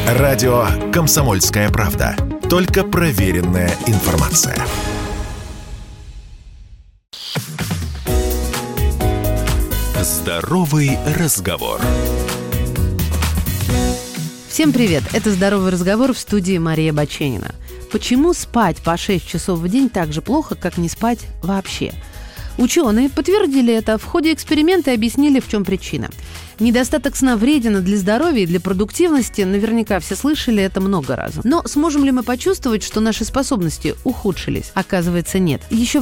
Радио «Комсомольская правда». Только проверенная информация. Здоровый разговор. Всем привет! Это «Здоровый разговор», в студии Мария Баченина. Почему спать по 6 часов в день так же плохо, как не спать вообще? Ученые подтвердили это в ходе эксперимента и объяснили, в чем причина. Недостаток сна вреден для здоровья и для продуктивности. Наверняка все слышали это много раз. Но сможем ли мы почувствовать, что наши способности ухудшились? Оказывается, нет. Еще в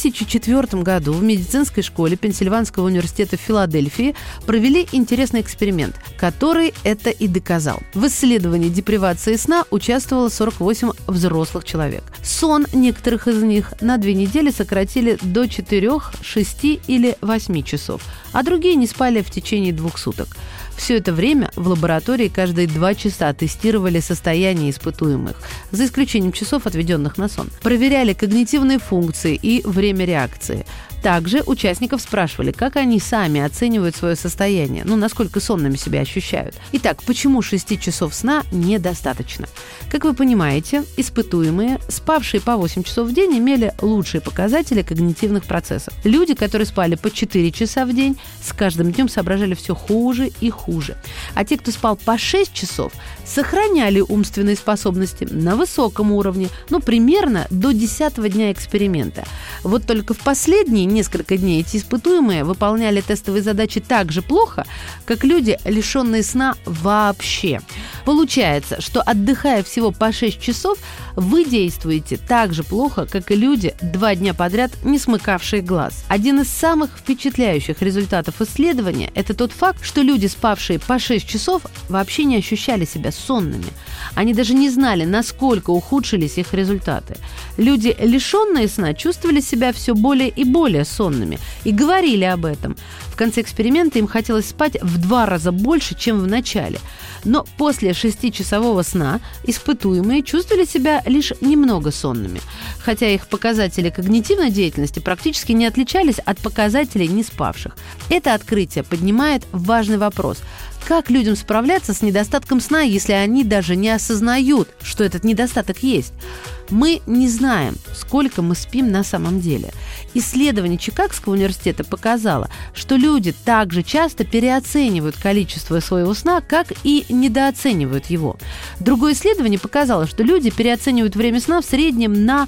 2004 году в медицинской школе Пенсильванского университета в Филадельфии провели интересный эксперимент, который это и доказал. В исследовании депривации сна участвовало 48 взрослых человек. Сон некоторых из них на 2 недели сократили до 4, 6 или 8 часов, а другие не спали в течение 2 суток. Все это время в лаборатории каждые 2 часа тестировали состояние испытуемых, за исключением часов, отведенных на сон. Проверяли когнитивные функции и время реакции. Также участников спрашивали, как они сами оценивают свое состояние, насколько сонными себя ощущают. Итак, почему 6 часов сна недостаточно? Как вы понимаете, испытуемые, спавшие по 8 часов в день, имели лучшие показатели когнитивных процессов. Люди, которые спали по 4 часа в день, с каждым днем соображали все хуже и хуже. А те, кто спал по 6 часов, сохраняли умственные способности на высоком уровне, примерно до 10-го дня эксперимента. Вот только в последние несколько дней эти испытуемые выполняли тестовые задачи так же плохо, как люди, лишенные сна вообще. Получается, что, отдыхая всего по 6 часов, вы действуете так же плохо, как и люди, 2 дня подряд не смыкавшие глаз. Один из самых впечатляющих результатов исследования – это тот факт, что люди, спавшие по 6 часов, вообще не ощущали себя сонными. Они даже не знали, насколько ухудшились их результаты. Люди, лишенные сна, чувствовали себя все более и более сонными и говорили об этом. В конце эксперимента им хотелось спать в 2 раза больше, чем в начале. Но после 6-часового сна испытуемые чувствовали себя лишь немного сонными, хотя их показатели когнитивной деятельности практически не отличались от показателей неспавших. Это открытие поднимает важный вопрос: как людям справляться с недостатком сна, если они даже не осознают, что этот недостаток есть? Мы не знаем, сколько мы спим на самом деле. Исследование Чикагского университета показало, что люди также часто переоценивают количество своего сна, как и недооценивают его. Другое исследование показало, что люди переоценивают время сна в среднем на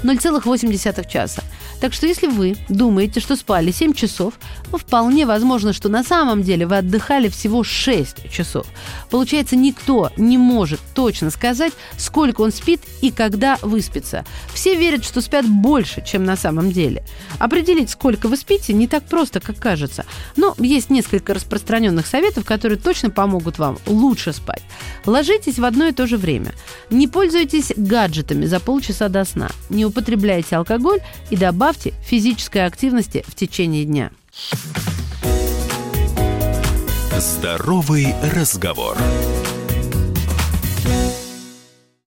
0,8 часа. Так что если вы думаете, что спали 7 часов, вполне возможно, что на самом деле вы отдыхали всего 6 часов. Получается, никто не может точно сказать, сколько он спит и когда выспится. Все верят, что спят больше, чем на самом деле. Определить, сколько вы спите, не так просто, как кажется. Но есть несколько распространенных советов, которые точно помогут вам лучше спать. Ложитесь в одно и то же время. Не пользуйтесь гаджетами за полчаса до сна. Не употребляйте алкоголь и добавьте физической активности в течение дня. Здоровый разговор.